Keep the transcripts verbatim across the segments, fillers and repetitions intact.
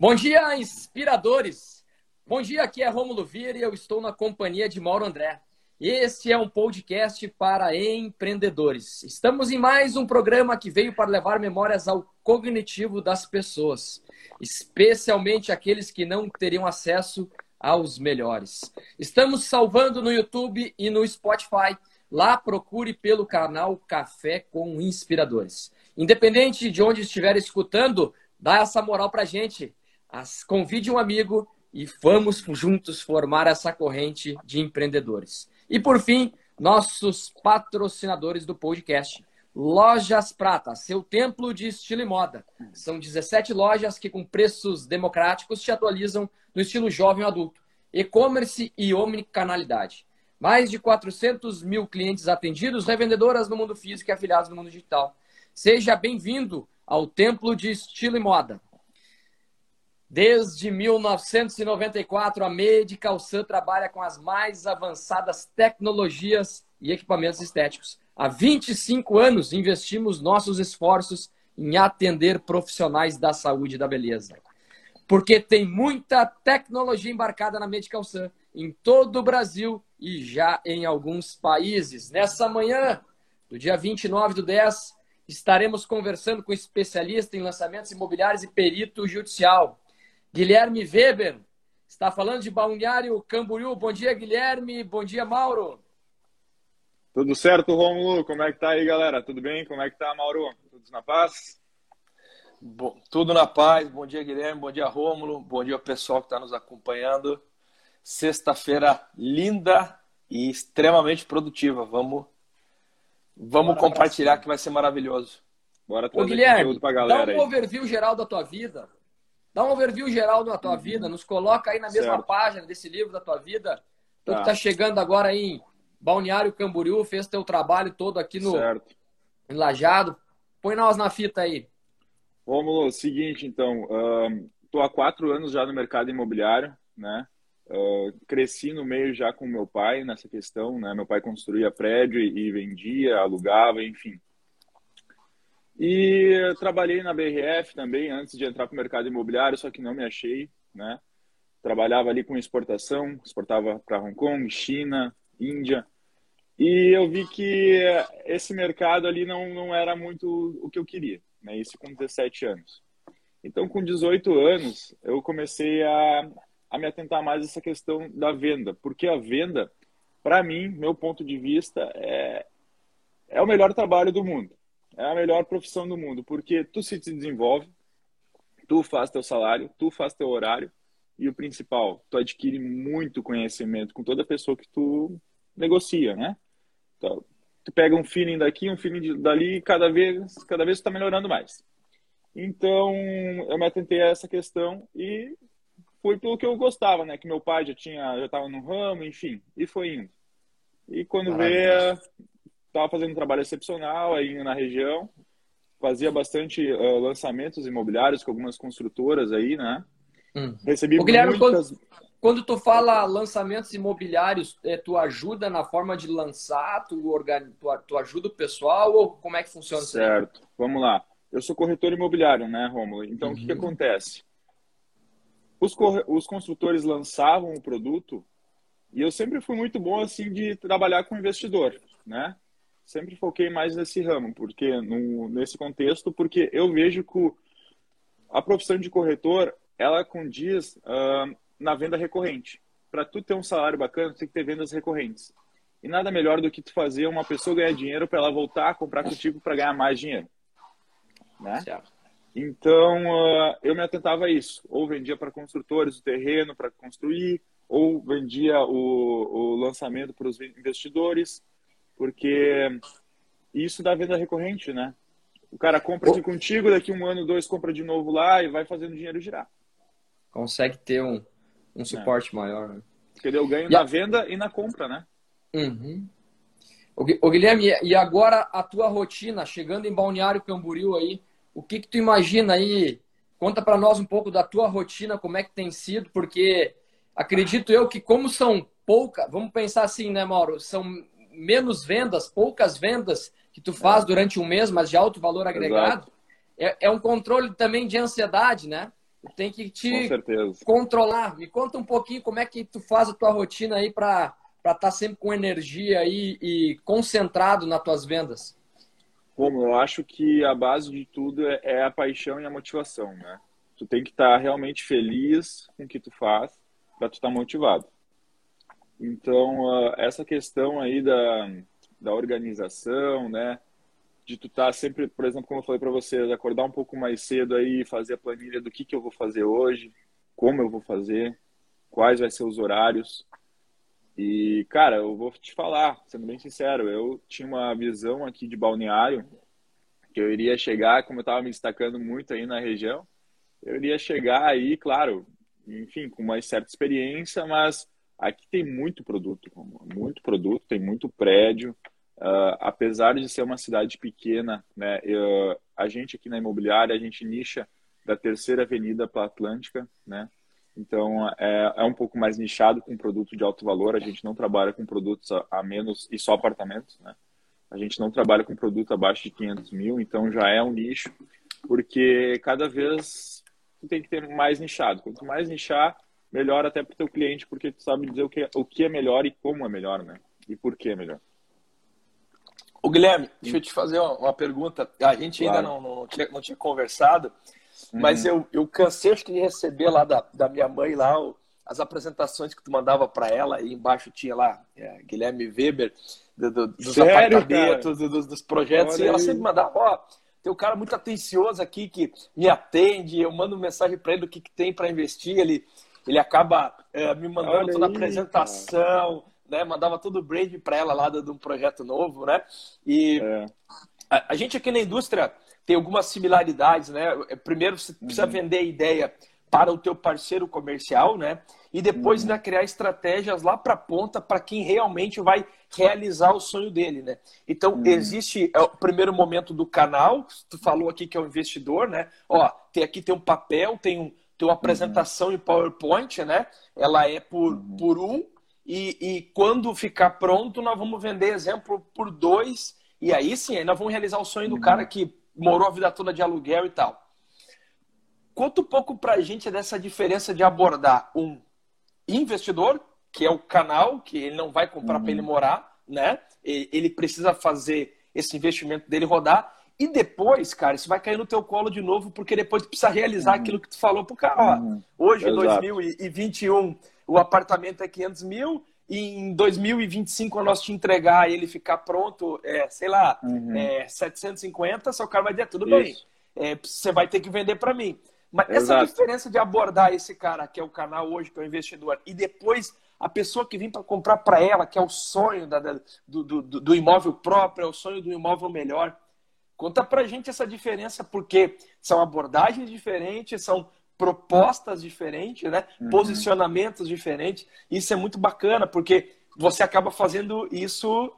Bom dia, inspiradores! Bom dia, aqui é Rômulo Vieira e eu estou na companhia de Mauro André. Este é um podcast para empreendedores. Estamos em mais um programa que veio para levar memórias ao cognitivo das pessoas, especialmente aqueles que não teriam acesso aos melhores. Estamos salvando no YouTube e no Spotify. Lá procure pelo canal Café com Inspiradores. Independente de onde estiver escutando, dá essa moral pra gente. As, convide um amigo e vamos juntos formar essa corrente de empreendedores. E por fim, nossos patrocinadores do podcast. Lojas Prata, seu templo de estilo e moda. São dezessete lojas que com preços democráticos te atualizam no estilo jovem e adulto. E-commerce e omnicanalidade. Mais de quatrocentos mil clientes atendidos, revendedoras no mundo físico e afiliados no mundo digital. Seja bem-vindo ao templo de estilo e moda. Desde mil novecentos e noventa e quatro, a Medical Sun trabalha com as mais avançadas tecnologias e equipamentos estéticos. Há vinte e cinco anos, investimos nossos esforços em atender profissionais da saúde e da beleza. Porque tem muita tecnologia embarcada na Medical Sun, em todo o Brasil e já em alguns países. Nessa manhã, do dia vinte e nove do dez, estaremos conversando com especialista em lançamentos imobiliários e perito judicial. Guilherme Weber está falando de Balneário Camboriú. Bom dia, Guilherme. Bom dia, Mauro. Tudo certo, Rômulo? Como é que tá aí, galera? Tudo bem? Como é que tá, Mauro? Tudo na paz? Bom, tudo na paz. Bom dia, Guilherme. Bom dia, Rômulo. Bom dia ao pessoal que está nos acompanhando. Sexta-feira linda e extremamente produtiva. Vamos, vamos compartilhar que vai ser maravilhoso. Bora trazer Ô, Guilherme, conteúdo pra galera dá um aí. overview geral da tua vida. Dá um overview geral da tua uhum. vida. Nos coloca aí na mesma certo. página desse livro da tua vida. Tu Tá. que tá chegando agora aí em Balneário Camboriú, fez teu trabalho todo aqui no Certo. em Lajeado. Põe nós na fita aí. Rômulo, seguinte, então. Um, tô há quatro anos já no mercado imobiliário, né? Uh, cresci no meio já com meu pai nessa questão, né? Meu pai construía prédio e, e vendia, alugava, enfim. E trabalhei na B R F também antes de entrar para o mercado imobiliário, só que não me achei, né? Trabalhava ali com exportação, exportava para Hong Kong, China, Índia. E eu vi que esse mercado ali não, não era muito o que eu queria, né? Isso com dezessete anos. Então, com dezoito anos, eu comecei a a me atentar mais a essa questão da venda, porque a venda, para mim, meu ponto de vista, é, é o melhor trabalho do mundo, é a melhor profissão do mundo, porque tu se desenvolve, tu faz teu salário, tu faz teu horário e o principal, tu adquire muito conhecimento com toda pessoa que tu negocia, né? Então, tu pega um feeling daqui, um feeling dali e cada vez, cada vez tu tá melhorando mais. Então, eu me atentei a essa questão e foi pelo que eu gostava, né? Que meu pai já tinha, já estava no ramo, enfim, e foi indo. E quando veio, estava fazendo um trabalho excepcional aí na região, fazia bastante uh, lançamentos imobiliários com algumas construtoras aí, né? Hum. Recebi Ô, Guilherme, muitas... quando, quando tu fala lançamentos imobiliários, é, tu ajuda na forma de lançar, tu, organ... tu, tu ajuda o pessoal ou como é que funciona isso aí? Certo, vamos lá. Eu sou corretor imobiliário, né, Rômulo? Então, uhum. o que, que acontece? Os, os construtores lançavam o produto e eu sempre fui muito bom assim de trabalhar com investidor, né? Sempre foquei mais nesse ramo, porque no, nesse contexto, porque eu vejo que a profissão de corretor, ela condiz uh, na venda recorrente. Para tu ter um salário bacana, tu tem que ter vendas recorrentes. E nada melhor do que tu fazer uma pessoa ganhar dinheiro para ela voltar a comprar contigo para ganhar mais dinheiro, né? Certo. Então, uh, eu me atentava a isso. Ou vendia para construtores o terreno para construir, ou vendia o, o lançamento para os investidores, porque isso dá venda recorrente, né? O cara compra aqui contigo, daqui um ano, dois, compra de novo lá e vai fazendo o dinheiro girar. Consegue ter um, um suporte é. maior. Né? Porque eu ganho e na a... venda e na compra, né? Uhum. Ô, Guilherme, e agora a tua rotina, chegando em Balneário Camboriú aí, o que que tu imagina aí? Conta para nós um pouco da tua rotina, como é que tem sido, porque acredito eu que como são poucas, vamos pensar assim, né, Mauro? São menos vendas, poucas vendas que tu faz é. durante um mês, mas de alto valor agregado. É, é um controle também de ansiedade, né? tem que Com te certeza. controlar. Me conta um pouquinho como é que tu faz a tua rotina aí para para estar sempre com energia aí e concentrado nas tuas vendas. Como eu acho que a base de tudo é, é a paixão e a motivação, né? Tu tem que estar realmente feliz com o que tu faz para tu estar motivado. Então, uh, essa questão aí da, da organização, né? De tu estar sempre, por exemplo, como eu falei para vocês, acordar um pouco mais cedo aí, fazer a planilha do que, que eu vou fazer hoje, como eu vou fazer, quais vai ser os horários. E, cara, eu vou te falar, sendo bem sincero, eu tinha uma visão aqui de Balneário, que eu iria chegar, como eu estava me destacando muito aí na região, eu iria chegar aí, claro, enfim, com uma certa experiência, mas aqui tem muito produto, muito produto, tem muito prédio. Uh, apesar de ser uma cidade pequena, né, eu, a gente aqui na imobiliária, a gente nicha da Terceira Avenida para a Atlântica, né? Então é, é um pouco mais nichado com produto de alto valor. A gente não trabalha com produtos a, a menos e só apartamentos, né? A gente não trabalha com produto abaixo de quinhentos mil, então já é um nicho, porque cada vez tu tem que ter mais nichado. Quanto mais nichar, melhor até para o teu cliente, porque tu sabe dizer o que, o que é melhor e como é melhor, né? E por que é melhor. Ô, Guilherme, deixa eu te fazer uma, uma pergunta. A gente Claro. ainda não, não, tinha, não tinha conversado, Uhum. mas eu, eu cansei acho que de receber lá da, da minha mãe lá o, as apresentações que tu mandava para ela, e embaixo tinha lá é, Guilherme Weber, do, do, dos Sério, apartamentos, do, dos, dos projetos, Olha e ela aí. sempre mandava, ó, tem um cara muito atencioso aqui que me atende, eu mando mensagem para ele do que, que tem para investir, ele, ele acaba é, me mandando Olha toda a aí, apresentação, né, mandava todo o brand para ela lá de um projeto novo, né? E É. a, a gente aqui na indústria tem algumas similaridades, né? Primeiro você precisa Uhum. vender a ideia para o teu parceiro comercial, né? E depois Uhum. ainda criar estratégias lá para a ponta para quem realmente vai realizar o sonho dele, né? Então Uhum. existe é, o primeiro momento do canal. Tu falou aqui que é o investidor, né? Ó, tem aqui tem um papel, tem um tem uma apresentação em PowerPoint, né? Ela é por Uhum. por um. E, e quando ficar pronto, nós vamos vender exemplo por dois. E aí sim, aí nós vamos realizar o sonho do Uhum. cara que morou a vida toda de aluguel e tal. Conta um pouco pra gente dessa diferença de abordar um investidor, que é o canal, que ele não vai comprar Uhum. para ele morar, né? Ele precisa fazer esse investimento dele rodar. E depois, cara, isso vai cair no teu colo de novo, porque depois tu precisa realizar Uhum. aquilo que tu falou pro cara. Uhum. Ó, hoje, em Exato. dois mil e vinte e um, o apartamento é quinhentos mil, e em dois mil e vinte e cinco, quando nós te entregar e ele ficar pronto, é, sei lá, Uhum. é, setecentos e cinquenta, só o cara vai dizer, tudo bem, Isso. é, você vai ter que vender para mim. Mas essa Exato. diferença de abordar esse cara, que é o canal hoje, que é o investidor, e depois a pessoa que vem para comprar para ela, que é o sonho da, da, do, do, do imóvel próprio, é o sonho do imóvel melhor. Conta pra gente essa diferença, porque são abordagens diferentes, são propostas diferentes, né? Uhum. Posicionamentos diferentes. Isso é muito bacana, porque você acaba fazendo isso,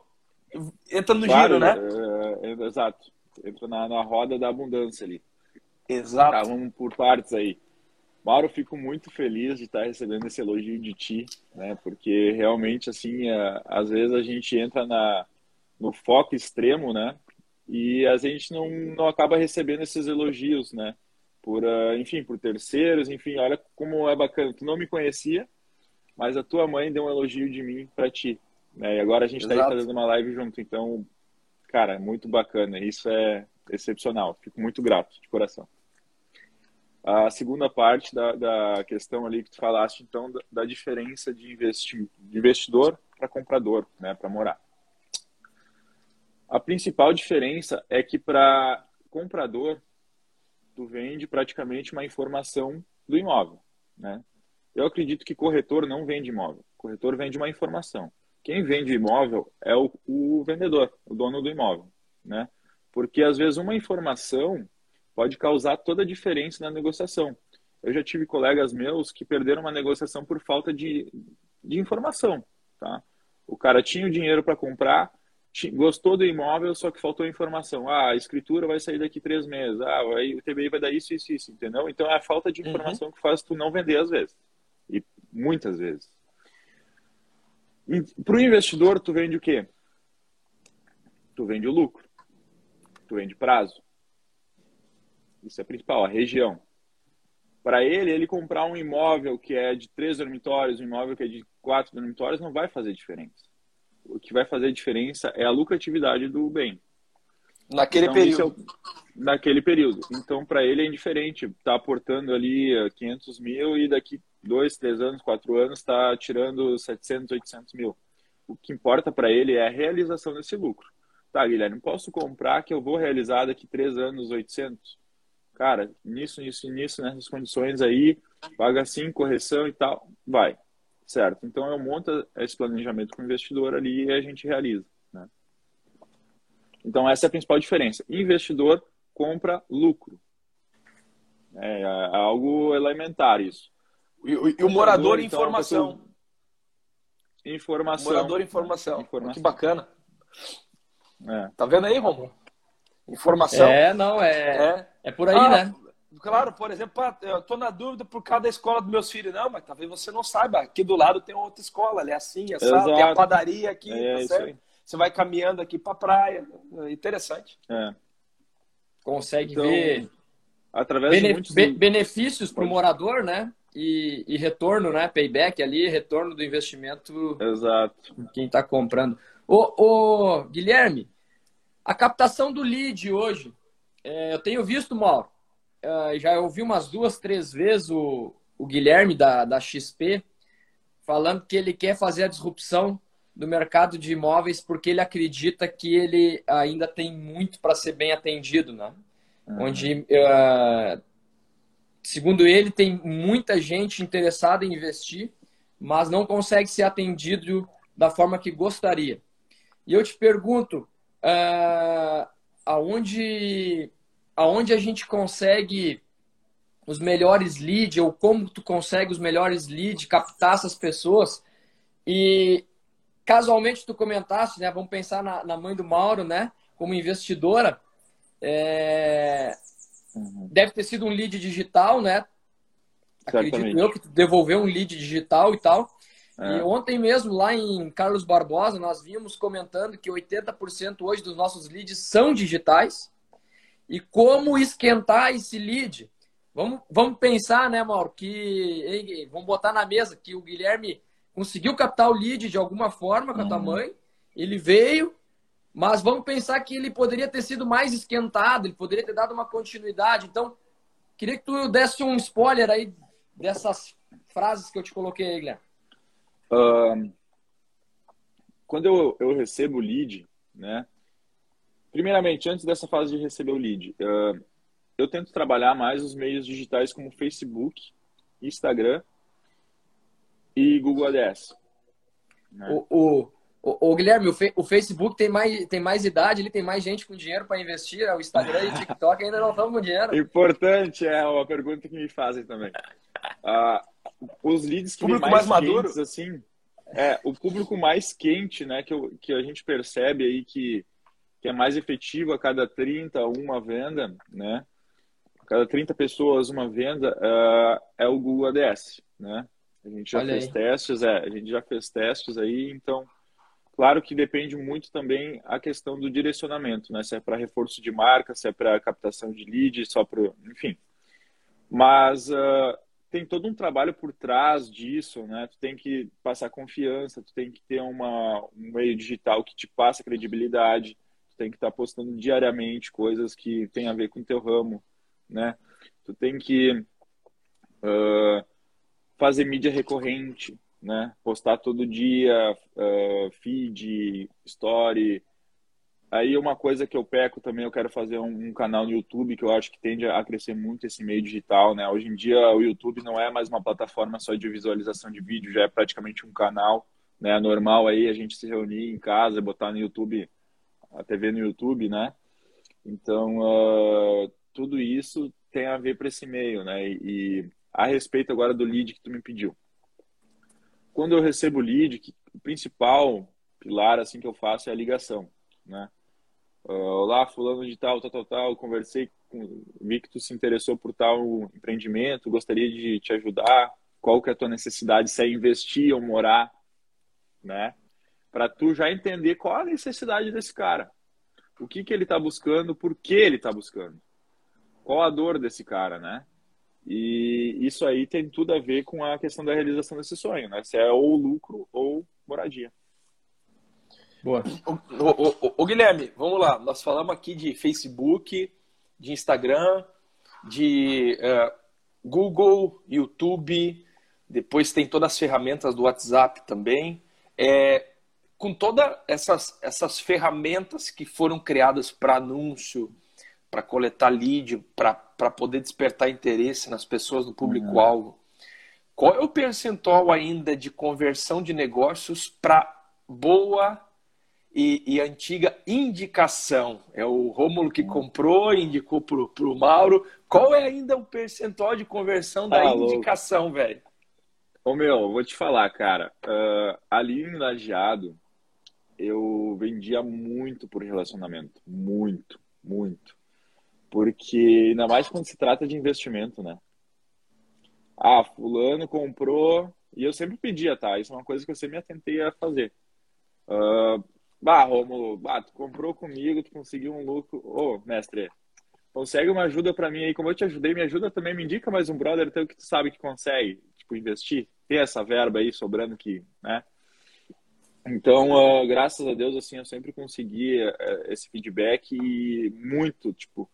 entra no Claro, giro, né? é, é, exato. Entra na, na roda da abundância ali. Exato. Tá, vamos por partes aí. Mauro, fico muito feliz de estar recebendo esse elogio de ti, né? Porque realmente, assim, é, às vezes a gente entra na, no foco extremo, né? E a gente não, não acaba recebendo esses elogios, né? Por, uh, enfim, por terceiros, enfim, olha como é bacana. Tu não me conhecia, mas a tua mãe deu um elogio de mim para ti, né? E agora a gente está aí Exato. fazendo uma live junto, então, cara, muito bacana. Isso é excepcional. Fico muito grato, de coração. A segunda parte da, da questão ali que tu falaste, então, da, da diferença de, investi de investidor para comprador, né, para morar. A principal diferença é que para comprador, tu vende praticamente uma informação do imóvel, né? Eu acredito que corretor não vende imóvel. Corretor vende uma informação. Quem vende imóvel é o, o vendedor, o dono do imóvel, né? Porque às vezes uma informação pode causar toda a diferença na negociação. Eu já tive colegas meus que perderam uma negociação por falta de, de informação, tá? O cara tinha o dinheiro para comprar, gostou do imóvel, só que faltou informação. Ah, a escritura vai sair daqui três meses. Ah, aí o T B I vai dar isso, isso, isso, entendeu? Então é a falta de informação uhum. que faz tu não vender às vezes. E muitas vezes. Para o investidor, tu vende o quê? Tu vende o lucro. Tu vende prazo. Isso é principal, a região. Para ele, ele comprar um imóvel que é de três dormitórios, um imóvel que é de quatro dormitórios, não vai fazer diferença. O que vai fazer diferença é a lucratividade do bem. Naquele então, período. É o, naquele período. Então, para ele é indiferente. Está aportando ali quinhentos mil e daqui dois, três anos, quatro anos está tirando setecentos, oitocentos mil. O que importa para ele é a realização desse lucro. Tá, Guilherme, posso comprar que eu vou realizar daqui três anos oitocentos? Cara, nisso, nisso, nisso, nessas condições aí, paga assim, correção e tal, vai. Certo. Então, eu monto esse planejamento com o investidor ali e a gente realiza. Né? Então, essa é a principal diferença. Investidor compra lucro. É, é algo elementar isso. E, e, e o morador em então, informação. Pessoa... Informação. Morador em informação. Né? Informação. Que bacana. É. Tá vendo aí, Romulo? Informação. É, não, é, é. é por aí, ah, né? Claro, por exemplo, eu tô na dúvida por causa da escola dos meus filhos. Não, mas talvez você não saiba. Aqui do lado tem outra escola, ali é assim, é assim, tem a padaria aqui, é, tá certo? Você vai caminhando aqui pra praia. É interessante. É. Consegue então, ver através bene de muitos... be benefícios para o morador, né? E, e retorno, né? Payback ali, retorno do investimento. Exato. Quem está comprando. Ô, ô, Guilherme, a captação do lead hoje, é, eu tenho visto, Mauro, é, já ouvi umas duas, três vezes o, o Guilherme da, da X P falando que ele quer fazer a disrupção do mercado de imóveis porque ele acredita que ele ainda tem muito para ser bem atendido, né? Uhum. Onde, uh, segundo ele, tem muita gente interessada em investir, mas não consegue ser atendido da forma que gostaria. E eu te pergunto, uh, aonde, aonde a gente consegue os melhores leads, ou como tu consegue os melhores leads, captar essas pessoas? E casualmente tu comentaste, né? Vamos pensar na, na mãe do Mauro, né? Como investidora, é... uhum. deve ter sido um lead digital, né? Certamente. Acredito eu que tu devolveu um lead digital e tal. É. E ontem mesmo, lá em Carlos Barbosa, nós vimos comentando que oitenta por cento hoje dos nossos leads são digitais. E como esquentar esse lead? Vamos, vamos pensar, né, Mauro, que vamos botar na mesa que o Guilherme conseguiu captar o lead de alguma forma com a tua uhum. mãe, ele veio, mas vamos pensar que ele poderia ter sido mais esquentado, ele poderia ter dado uma continuidade. Então, queria que tu desse um spoiler aí dessas frases que eu te coloquei aí, Guilherme. Uh, quando eu, eu recebo o lead, né? Primeiramente, antes dessa fase de receber o lead, uh, eu tento trabalhar mais os meios digitais como Facebook, Instagram e Google Ads. Né? O, o, o, o Guilherme, o, fe, o Facebook tem mais, tem mais idade, ele tem mais gente com dinheiro para investir. O Instagram e o TikTok ainda não estão com dinheiro. Importante, é uma pergunta que me fazem também. Uh, os leads que público mais, mais quentes, maduro, assim, é o público mais quente, né, que, eu, que a gente percebe aí que, que é mais efetivo a cada trinta, uma venda, né? A cada trinta pessoas, uma venda, uh, é o Google Ads, né? A gente já Olha fez aí. testes, é, a gente já fez testes aí, então, claro que depende muito também a questão do direcionamento, né? Se é para reforço de marca, se é para captação de lead, só para, enfim. Mas uh, tem todo um trabalho por trás disso, né? Tu tem que passar confiança, tu tem que ter uma, um meio digital que te passa credibilidade, tu tem que estar postando diariamente coisas que tem a ver com o teu ramo, né? Tu tem que uh, fazer mídia recorrente, né? Postar todo dia, uh, feed, story. Aí uma coisa que eu peco também, eu quero fazer um, um canal no YouTube, que eu acho que tende a crescer muito esse meio digital, né? Hoje em dia o YouTube não é mais uma plataforma só de visualização de vídeo, já é praticamente um canal, né? É normal aí a gente se reunir em casa, botar no YouTube, a T V no YouTube, né? Então, uh, tudo isso tem a ver para esse meio, né? E, e a respeito agora do lead que tu me pediu. Quando eu recebo o lead, que, o principal pilar assim que eu faço é a ligação, né? Uh, Olá, fulano de tal, tal, tal, tal, conversei com, vi que tu se interessou por tal empreendimento, gostaria de te ajudar, qual que é a tua necessidade, se é investir ou morar, né? Para tu já entender qual a necessidade desse cara, o que que ele está buscando, por que ele está buscando, qual a dor desse cara, né? E isso aí tem tudo a ver com a questão da realização desse sonho, né? Se é ou lucro ou moradia. Boa. Ô, ô, ô, ô, Guilherme, vamos lá. Nós falamos aqui de Facebook, de Instagram, de uh, Google, YouTube, depois tem todas as ferramentas do WhatsApp também. É, com todas essas, essas ferramentas que foram criadas para anúncio, para coletar lead, para poder despertar interesse nas pessoas, no público-alvo, uhum. Qual é o percentual ainda de conversão de negócios para boa e, e antiga indicação? É o Rômulo que comprou e indicou para o Mauro. Qual é ainda o percentual de conversão da ah, indicação, louco. velho? Ô, meu, vou te falar, cara. Uh, ali em Lajeado, eu vendia muito por relacionamento. Muito, muito. Porque, ainda mais quando se trata de investimento, né? Ah, fulano comprou... E eu sempre pedia, tá? Isso é uma coisa que eu sempre me atentei a fazer. Uh, bah, Rômulo, bah, tu comprou comigo, tu conseguiu um lucro... Ô, oh, mestre, consegue uma ajuda pra mim aí. Como eu te ajudei, me ajuda também. Me indica mais um brother teu que tu sabe que consegue, tipo, investir. Ter essa verba aí sobrando que, né? Então, uh, graças a Deus, assim, eu sempre consegui uh, esse feedback e muito, tipo...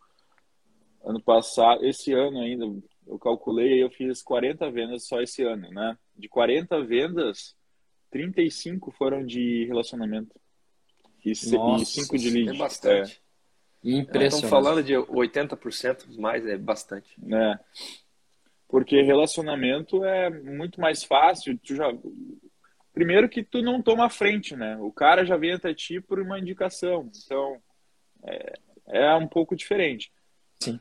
Ano passado, esse ano ainda, eu calculei, eu fiz quarenta vendas só esse ano, né? De quarenta vendas, trinta e cinco foram de relacionamento. E, Nossa, e cinco de lead. É bastante. É. Impressionante. Estamos falando de oitenta por cento mais, é bastante. É. Porque relacionamento é muito mais fácil. Tu já... Primeiro que tu não toma a frente, né? O cara já vem até ti por uma indicação. Então, é, é um pouco diferente. Sim.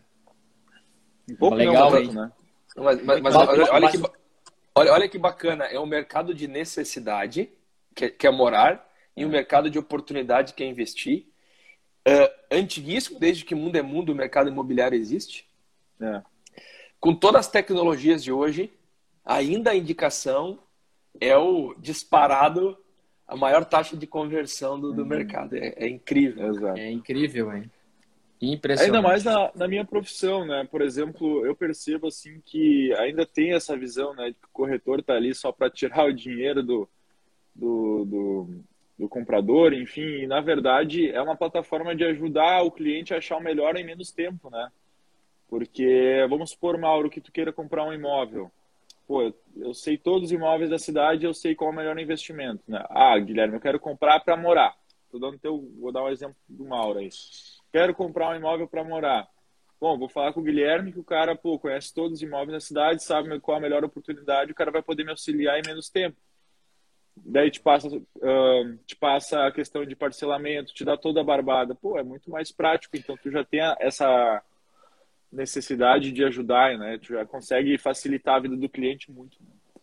Um pouco legal, não, muito, né? Mas, mas, mas olha, olha, que, olha, olha que bacana. É um mercado de necessidade, que é, que é morar, e um mercado de oportunidade, que é investir. Uh, antiguíssimo, desde que mundo é mundo, o mercado imobiliário existe. É. Com todas as tecnologias de hoje, ainda a indicação é o disparado, a maior taxa de conversão do, do uhum. mercado. É, é incrível. Exato. É incrível, hein? Impressionante. Ainda mais na, na minha profissão, né? Por exemplo, eu percebo assim que ainda tem essa visão, né, de que o corretor tá ali só para tirar o dinheiro do, do, do, do comprador, enfim, e na verdade é uma plataforma de ajudar o cliente a achar o melhor em menos tempo, né? Porque, vamos supor, Mauro, que tu queira comprar um imóvel. Pô, eu, eu sei todos os imóveis da cidade, eu sei qual é o melhor investimento, né? Ah, Guilherme, eu quero comprar para morar. Tô dando teu, vou dar um exemplo do Mauro aí. Quero comprar um imóvel para morar. Bom, vou falar com o Guilherme, que o cara, pô, conhece todos os imóveis na cidade, sabe qual a melhor oportunidade, o cara vai poder me auxiliar em menos tempo. Daí te passa, uh, te passa a questão de parcelamento, te dá toda a barbada. Pô, é muito mais prático, então tu já tem essa necessidade de ajudar, né? Tu já consegue facilitar a vida do cliente muito.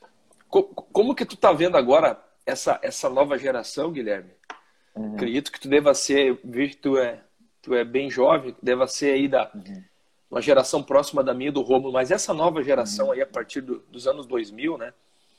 Como que tu tá vendo agora essa, essa nova geração, Guilherme? Uhum. Acredito que tu deva ser, vejo que tu é, tu é bem jovem, deva ser aí da uhum. uma geração próxima da minha, do Rômulo, mas essa nova geração uhum. aí a partir do, dos anos dois mil, né?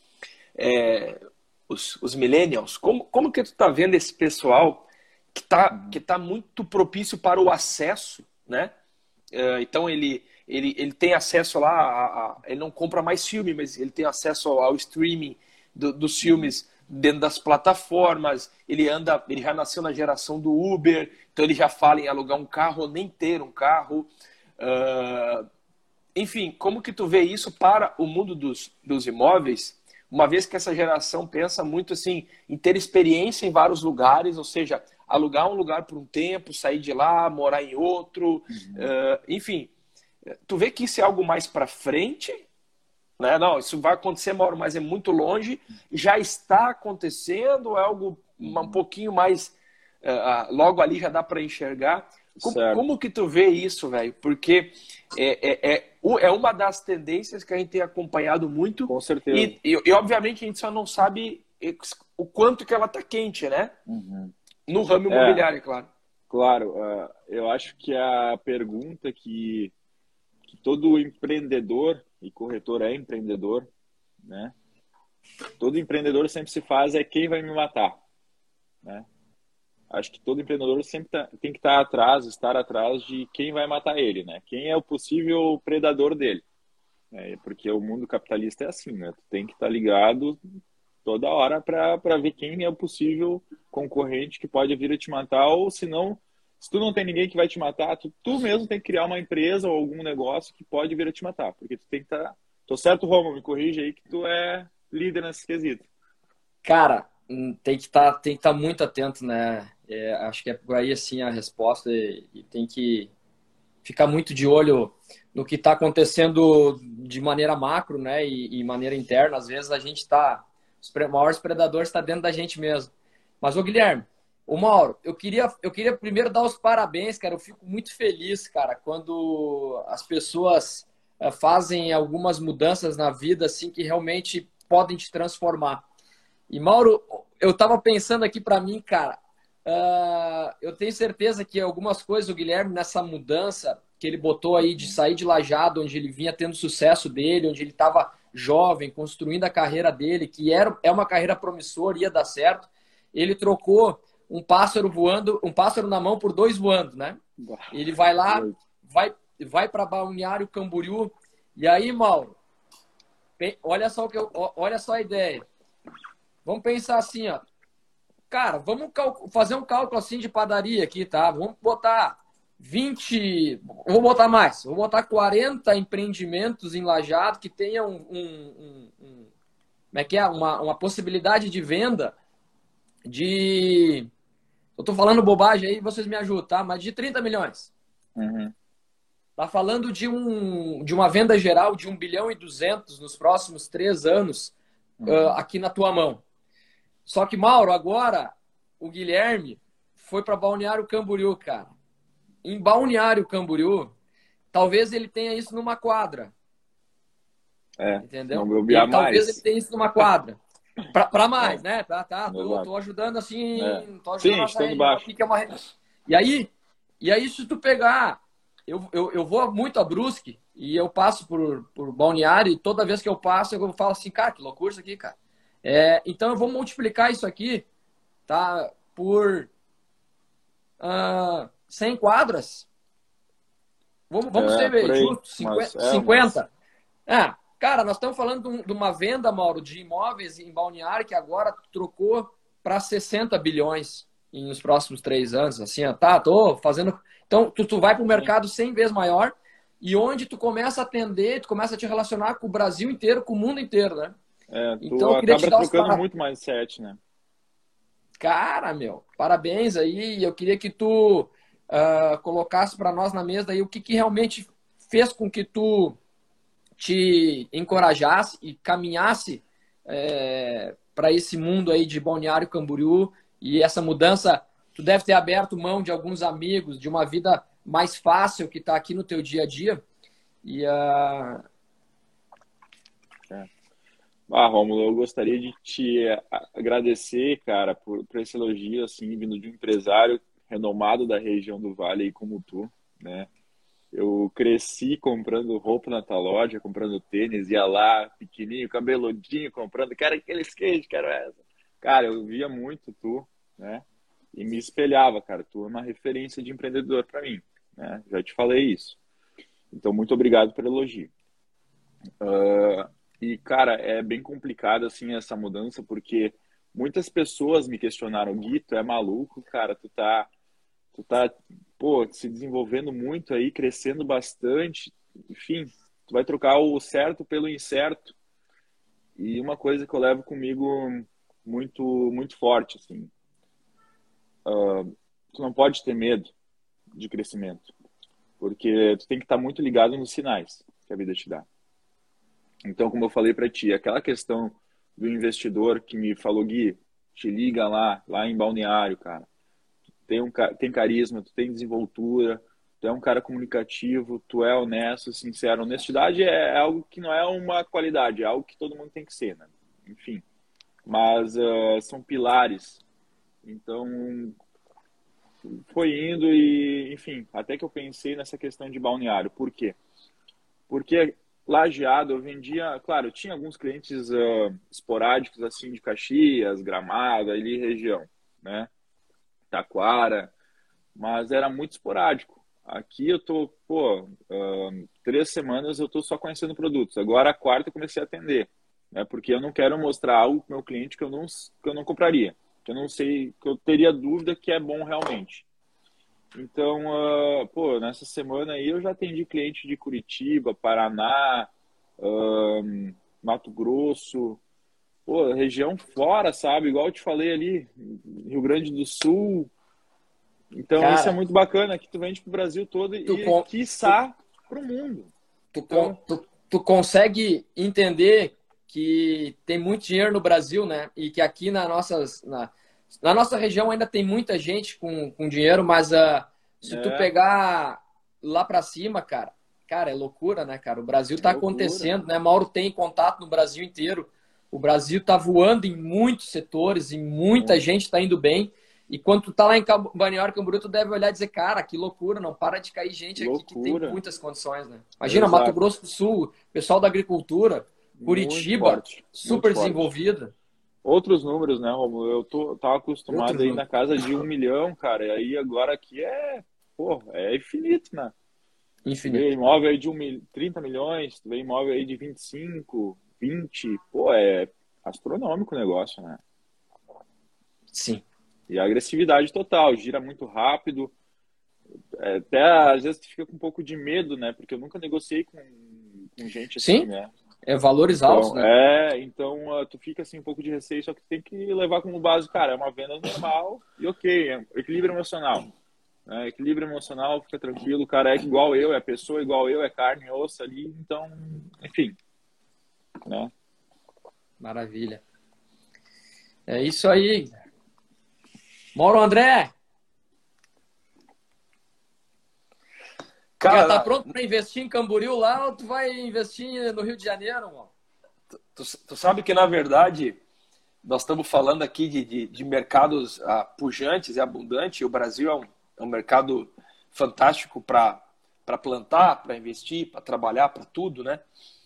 É, os, os millennials, como, como que tu tá vendo esse pessoal que tá, uhum. que tá muito propício para o acesso, né? É, então ele, ele, ele tem acesso lá, a, a, ele não compra mais filme, mas ele tem acesso ao, ao streaming do, dos filmes dentro das plataformas, ele anda, ele já nasceu na geração do Uber, então ele já fala em alugar um carro ou nem ter um carro. Uh, enfim, como que tu vê isso para o mundo dos, dos imóveis, uma vez que essa geração pensa muito assim, em ter experiência em vários lugares, ou seja, alugar um lugar por um tempo, sair de lá, morar em outro, uhum. uh, enfim, tu vê que isso é algo mais para frente? Né? Não, isso vai acontecer, Mauro, mas é muito longe. Já está acontecendo, é algo um, um pouquinho mais... Uh, logo ali já dá para enxergar. Como, como que tu vê isso, velho? Porque é, é, é, é uma das tendências que a gente tem acompanhado muito. Com certeza. E, e, e obviamente, a gente só não sabe o quanto que ela está quente, né? Uhum. No ramo imobiliário, é claro. Claro. Uh, eu acho que a pergunta que, que todo empreendedor... e corretor é empreendedor, né? Todo empreendedor sempre se faz é quem vai me matar, né? Acho que todo empreendedor sempre tá, tem que estar atrás, estar atrás de quem vai matar ele, né? Quem é o possível predador dele. É, porque o mundo capitalista é assim, né? Tu tem que estar ligado toda hora para ver quem é o possível concorrente que pode vir a te matar, ou se não, se tu não tem ninguém que vai te matar, tu, tu mesmo tem que criar uma empresa ou algum negócio que pode vir a te matar, porque tu tem que estar... Tô certo, Romulo? Me corrige aí que tu é líder nesse quesito. Cara, hum, tem que estar tem que estar muito atento, né? É, acho que é por aí assim a resposta e, e tem que ficar muito de olho no que está acontecendo de maneira macro, né? E, e maneira interna. Às vezes a gente está... Os pre- maiores predadores estão dentro da gente mesmo. Mas, ô Guilherme, ô Mauro, eu queria, eu queria primeiro dar os parabéns, cara. Eu fico muito feliz, cara, quando as pessoas eh, fazem algumas mudanças na vida, assim, que realmente podem te transformar. E, Mauro, eu tava pensando aqui para mim, cara, ah, eu tenho certeza que algumas coisas, o Guilherme, nessa mudança que ele botou aí de sair de Lajado, onde ele vinha tendo sucesso dele, onde ele estava jovem, construindo a carreira dele, que era, é uma carreira promissora, ia dar certo, ele trocou um pássaro voando, um pássaro na mão por dois voando, né? Ele vai lá, vai, vai para Balneário Camboriú, e aí, Mauro, olha só, o que eu, olha só a ideia. Vamos pensar assim, ó. Cara, vamos fazer um cálculo assim de padaria aqui, tá? Vamos botar vinte, vou botar mais, vou botar quarenta empreendimentos em Lajeado que tenham um, um, um, um como é que é? Uma, uma possibilidade de venda de, eu tô falando bobagem aí, vocês me ajudam, tá? Mas de trinta milhões. Uhum. Tá falando de, um, de uma venda geral de um bilhão e duzentos nos próximos três anos Uhum. uh, aqui na tua mão. Só que, Mauro, agora o Guilherme foi para Balneário Camboriú, cara. Em Balneário Camboriú, talvez ele tenha isso numa quadra. É, entendeu? não bobear Ele, talvez mais. ele tenha isso numa quadra. Para mais, É, né? Tá, tá. Tô, exato. tô ajudando assim, É. tô ajudando Sim, nossa estando região baixo. aqui, que é uma região. E aí, e aí, se tu pegar, eu, eu, eu vou muito a Brusque e eu passo por, por Balneário e toda vez que eu passo, eu falo assim, cara, que loucura isso aqui, cara. É, então eu vou multiplicar isso aqui, tá? Por uh, cem quadras. Vamos, vamos É, por ser aí. justos, Mas, cinquenta. é, mas... cinquenta. Ah, cara, nós estamos falando de, um, de uma venda, Mauro, de imóveis em Balneário que agora trocou para sessenta bilhões nos próximos três anos. Assim, ó, tá, tô fazendo. Então, tu, tu vai para o mercado cem vezes maior e onde tu começa a atender, tu começa a te relacionar com o Brasil inteiro, com o mundo inteiro, né? É, tu Então, eu queria te acaba dar os trocando parabéns. muito mais sete, né? Cara, meu, parabéns aí. Eu queria que tu uh, colocasse para nós na mesa aí o que, que realmente fez com que tu te encorajasse e caminhasse é, para esse mundo aí de Balneário Camboriú e essa mudança. Tu deve ter aberto mão de alguns amigos, de uma vida mais fácil que está aqui no teu dia a dia. E uh... É. Ah, Rômulo, eu gostaria de te agradecer, cara, por, por esse elogio, assim, vindo de um empresário renomado da região do Vale aí como tu, né? Eu cresci comprando roupa na tua loja, comprando tênis, ia lá, pequenininho, cabeludinho, comprando, cara, aquele skate, quero essa. Cara, eu via muito tu, né? E me espelhava, cara. Tu é uma referência de empreendedor para mim, né? Já te falei isso. Então, muito obrigado pelo elogio. Uh, e, cara, é bem complicado, assim, essa mudança, porque muitas pessoas me questionaram, Gui, tu é maluco, cara, tu tá, tu tá, pô, se desenvolvendo muito aí, crescendo bastante, enfim, tu vai trocar o certo pelo incerto. E uma coisa que eu levo comigo muito, muito forte, assim, uh, tu não pode ter medo de crescimento, porque tu tem que estar muito ligado nos sinais que a vida te dá. Então, como eu falei para ti, aquela questão do investidor que me falou, Gui, te liga lá, lá em Balneário, cara. Tem, um, tem carisma, tu tem desenvoltura, tu é um cara comunicativo, tu é honesto, sincero. Honestidade é algo que não é uma qualidade, é algo que todo mundo tem que ser, né? Enfim. Mas uh, são pilares. Então, foi indo e, enfim, até que eu pensei nessa questão de Balneário. Por quê? Porque Lajeado eu vendia, claro, eu tinha alguns clientes uh, esporádicos, assim, de Caxias, Gramado, ali região, né? Taquara, mas era muito esporádico. aqui eu tô, pô, uh, três semanas eu tô só conhecendo produtos. Agora a quarta eu comecei a atender, né? Porque eu não quero mostrar algo pro meu cliente que eu não, que eu não compraria, que eu não sei, que eu teria dúvida que é bom realmente. Então, uh, pô, nessa semana aí eu já atendi cliente de Curitiba, Paraná, uh, Mato Grosso, pô, região fora, sabe? Igual eu te falei ali, Rio Grande do Sul. Então, isso é Cara, muito bacana, que tu vende pro Brasil todo tu, e, con- tu, quiçá, pro mundo. tu, con- Então, tu, tu consegue entender que tem muito dinheiro no Brasil, né? E que aqui na, nossas, na, na nossa região ainda tem muita gente com, com dinheiro, mas uh, se tu é, pegar lá para cima, cara, cara, é loucura, né, cara? O Brasil é tá loucura. acontecendo, né? Mauro tem contato no Brasil inteiro. O Brasil tá voando em muitos setores e muita Muito. gente tá indo bem. E quando tu tá lá em Cabo- Balneário Camboriú, tu deve olhar e dizer, cara, que loucura, não para de cair gente aqui que tem Loucura. muitas condições, né? Imagina, Mato Exato. Grosso do Sul, pessoal da agricultura, Muito Curitiba, forte. Muito super forte. desenvolvida. Outros números, né, Romulo? Eu tô, tava acostumado Outros aí na números. casa de um milhão, cara. E aí agora aqui é, pô, é infinito, né? Tu vê Infinito. imóvel aí de um, mil- trinta milhões, tu vê imóvel aí de vinte e cinco, vinte, pô, é astronômico o negócio, né? Sim. E a agressividade total, gira muito rápido. É, até às vezes tu fica com um pouco de medo, né? Porque eu nunca negociei com, com gente assim, Sim, né? é valores altos, Então, né? é, então uh, tu fica assim um pouco de receio, só que tu tem que levar como base, cara, é uma venda normal e ok, é equilíbrio emocional. Né? Equilíbrio emocional, fica tranquilo, o cara é igual eu, é pessoa igual eu, é carne e osso ali, então, enfim, né? Maravilha. É isso aí. Mauro André, já tá Cara, pronto para investir em Camboriú lá ou tu vai investir no Rio de Janeiro, mano? tu, tu sabe que, na verdade, nós estamos falando aqui de, de, de mercados ah, pujantes e abundantes. O Brasil é um, é um mercado fantástico para para plantar, para investir, para trabalhar, para tudo, né?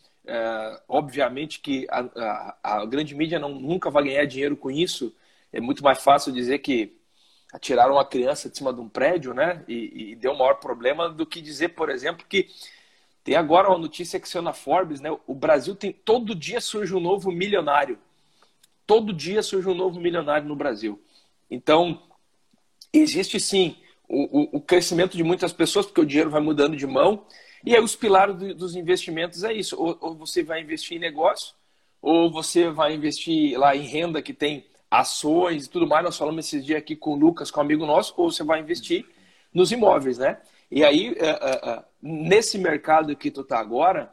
É, obviamente que a, a, a grande mídia não, nunca vai ganhar dinheiro com isso. É muito mais fácil dizer que atiraram uma criança de cima de um prédio, né? E, e deu maior problema do que dizer, por exemplo, que tem agora uma notícia que saiu na Forbes, né? O Brasil tem todo dia surge um novo milionário. Todo dia surge um novo milionário no Brasil. Então, existe sim o, o, o crescimento de muitas pessoas, porque o dinheiro vai mudando de mão. E aí os pilares do, dos investimentos é isso. Ou, ou você vai investir em negócio, ou você vai investir lá em renda que tem ações e tudo mais. Nós falamos esses dias aqui com o Lucas, com um amigo nosso, ou você vai investir nos imóveis, né? E aí, é, é, é, nesse mercado que tu tá agora,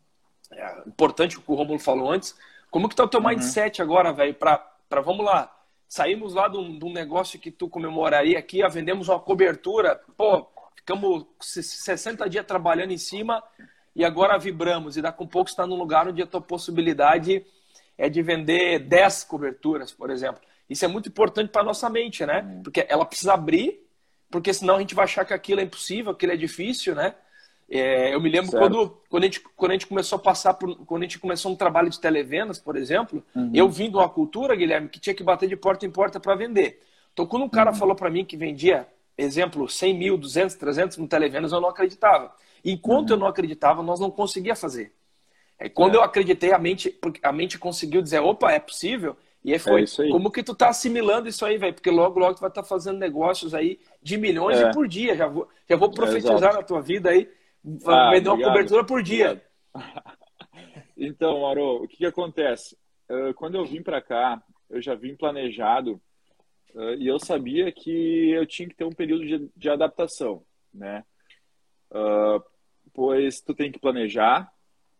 é importante o que o Romulo falou antes, como que tá o teu Uhum. mindset agora, velho, para, para, vamos lá, saímos lá de um, de um negócio que tu comemoraria aqui, ó, vendemos uma cobertura, pô, ficamos sessenta dias trabalhando em cima e agora vibramos, e daqui a um pouco está num lugar onde a tua possibilidade é de vender dez coberturas, por exemplo. Isso é muito importante para nossa mente, né? Porque ela precisa abrir, porque senão a gente vai achar que aquilo é impossível, aquilo é difícil, né? É, eu me lembro Certo. quando, quando, a gente, quando a gente começou a passar por. Quando a gente começou um trabalho de televendas, por exemplo, Uhum. eu vim de uma cultura, Guilherme, que tinha que bater de porta em porta para vender. Então, quando um cara Uhum. falou para mim que vendia, exemplo, cem mil, duzentos, trezentos no televendas, eu não acreditava. Enquanto Uhum. eu não acreditava, nós não conseguia fazer. Aí, quando É. eu acreditei, a mente, a mente conseguiu dizer, opa, é possível. E aí É foi, isso aí. como que tu tá assimilando isso aí, velho? Porque logo, logo tu vai estar fazendo negócios aí de milhões e É, por dia. Já vou, já vou é profetizar exato. na tua vida aí. Ah, Vender uma obrigado. cobertura por dia. Obrigado. Então, Mauro, o que que acontece? Uh, quando eu vim para cá, eu já vim planejado uh, e eu sabia que eu tinha que ter um período de, de adaptação, né? Uh, pois tu tem que planejar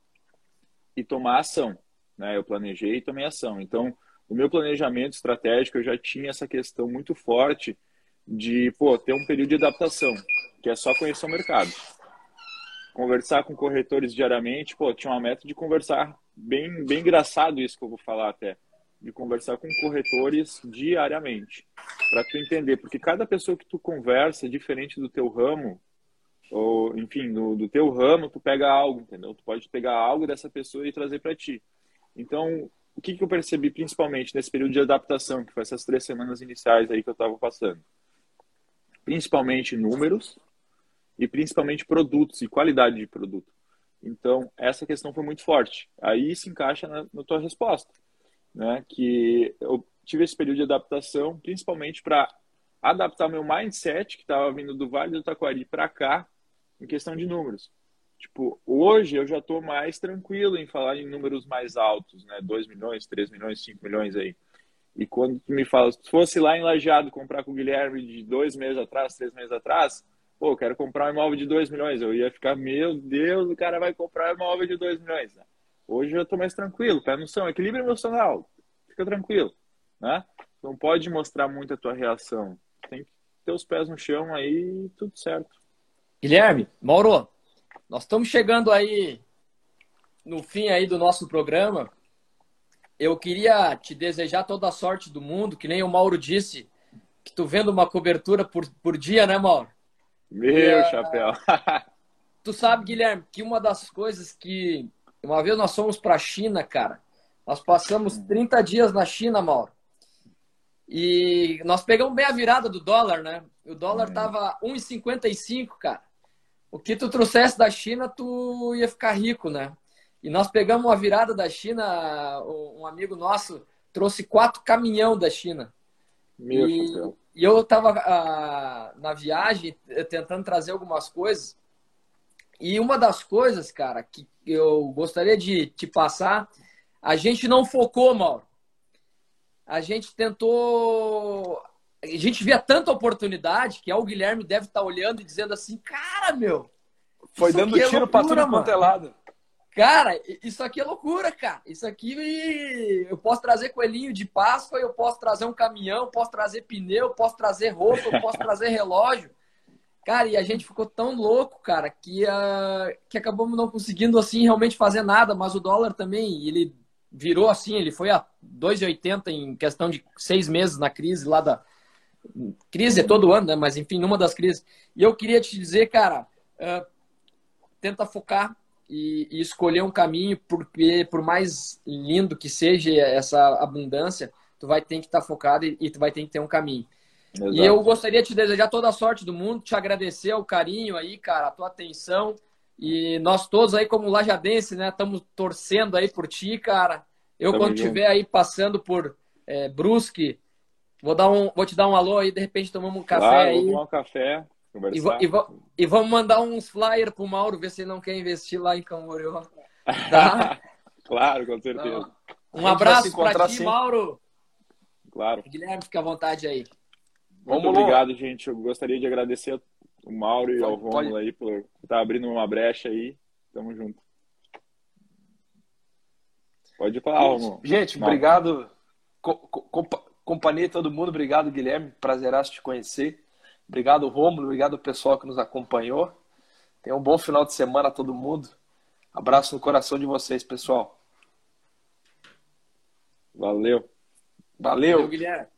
e tomar ação, né? Eu planejei e tomei ação. Então, no meu planejamento estratégico, eu já tinha essa questão muito forte de, pô, ter um período de adaptação, que é só conhecer o mercado. Conversar com corretores diariamente, pô, tinha uma meta de conversar, bem, bem engraçado isso que eu vou falar até, de conversar com corretores diariamente, para tu entender, porque cada pessoa que tu conversa é diferente do teu ramo, ou enfim, do, do teu ramo, tu pega algo, entendeu? Tu pode pegar algo dessa pessoa e trazer para ti. Então, o que que eu percebi principalmente nesse período de adaptação, que foi essas três semanas iniciais aí que eu estava passando? Principalmente números e principalmente produtos e qualidade de produto. Então, essa questão foi muito forte. Aí se encaixa na, na tua resposta, né? Que eu tive esse período de adaptação, principalmente para adaptar meu mindset, que estava vindo do Vale do Taquari para cá, em questão de números. Tipo, hoje eu já estou mais tranquilo em falar em números mais altos, né? dois milhões, três milhões, cinco milhões aí. E quando tu me fala, se fosse lá em Lajeado comprar com o Guilherme de dois meses atrás, três meses atrás, pô, eu quero comprar um imóvel de dois milhões. Eu ia ficar, meu Deus, o cara vai comprar um imóvel de dois milhões. Né? Hoje eu estou mais tranquilo, pé no chão, equilíbrio emocional, fica tranquilo, né? Não pode mostrar muito a tua reação. Tem que ter os pés no chão aí, tudo certo. Guilherme, Mauro, nós estamos chegando aí no fim aí do nosso programa. Eu queria te desejar toda a sorte do mundo, que nem o Mauro disse, que tu vendo uma cobertura por, por dia, né, Mauro? Meu e, chapéu. Tu sabe, Guilherme, que uma das coisas que... Uma vez nós fomos para a China, cara. Nós passamos trinta dias na China, Mauro. E nós pegamos bem a virada do dólar, né? O dólar tava um e cinquenta e cinco, cara. O que tu trouxesse da China, tu ia ficar rico, né? E nós pegamos uma virada da China, um amigo nosso trouxe quatro caminhão da China. Meu e, e eu estava ah, na viagem tentando trazer algumas coisas. E uma das coisas, cara, que eu gostaria de te passar, a gente não focou, Mauro. A gente tentou... A gente via tanta oportunidade que o Guilherme deve estar olhando e dizendo assim, cara, meu... Foi dando é tiro para tudo quanto é lado. Cara, isso aqui é loucura, cara. Isso aqui eu posso trazer coelhinho de Páscoa, eu posso trazer um caminhão, eu posso trazer pneu, eu posso trazer roupa, eu posso trazer relógio. Cara, e a gente ficou tão louco, cara, que, uh, que acabamos não conseguindo, assim, realmente fazer nada. Mas o dólar também, ele virou assim, ele foi a dois e oitenta em questão de seis meses na crise lá da... Crise é todo ano, né? Mas, enfim, numa das crises. E eu queria te dizer, cara, uh, tenta focar e, e escolher um caminho, porque por mais lindo que seja essa abundância, tu vai ter que estar focado e, e tu vai ter que ter um caminho. Exato. E eu gostaria de te desejar toda a sorte do mundo, te agradecer o carinho aí, cara, a tua atenção. E nós todos aí, como lajadense, né, estamos torcendo aí por ti, cara. Eu, Tamo quando estiver aí passando por é, Brusque, vou, dar um, vou te dar um alô aí, de repente tomamos um café claro, aí. Vou tomar um café, conversar. E, e, e vamos mandar uns flyers pro Mauro, ver se ele não quer investir lá em Camboriú. Tá? Claro, com certeza. Então, um abraço para ti, assim. Mauro. Claro. Guilherme, fica à vontade aí. Muito Vamos obrigado, lá. gente. Eu gostaria de agradecer o Mauro e pode, ao Rômulo aí por estar abrindo uma brecha aí. Tamo junto. Pode falar, Rômulo. Gente, Mauro. Obrigado. Co co companhia todo mundo. Obrigado, Guilherme. Prazeraço te conhecer. Obrigado, Rômulo. Obrigado ao pessoal que nos acompanhou. Tenha um bom final de semana a todo mundo. Abraço no coração de vocês, pessoal. Valeu. Valeu, Valeu, Guilherme.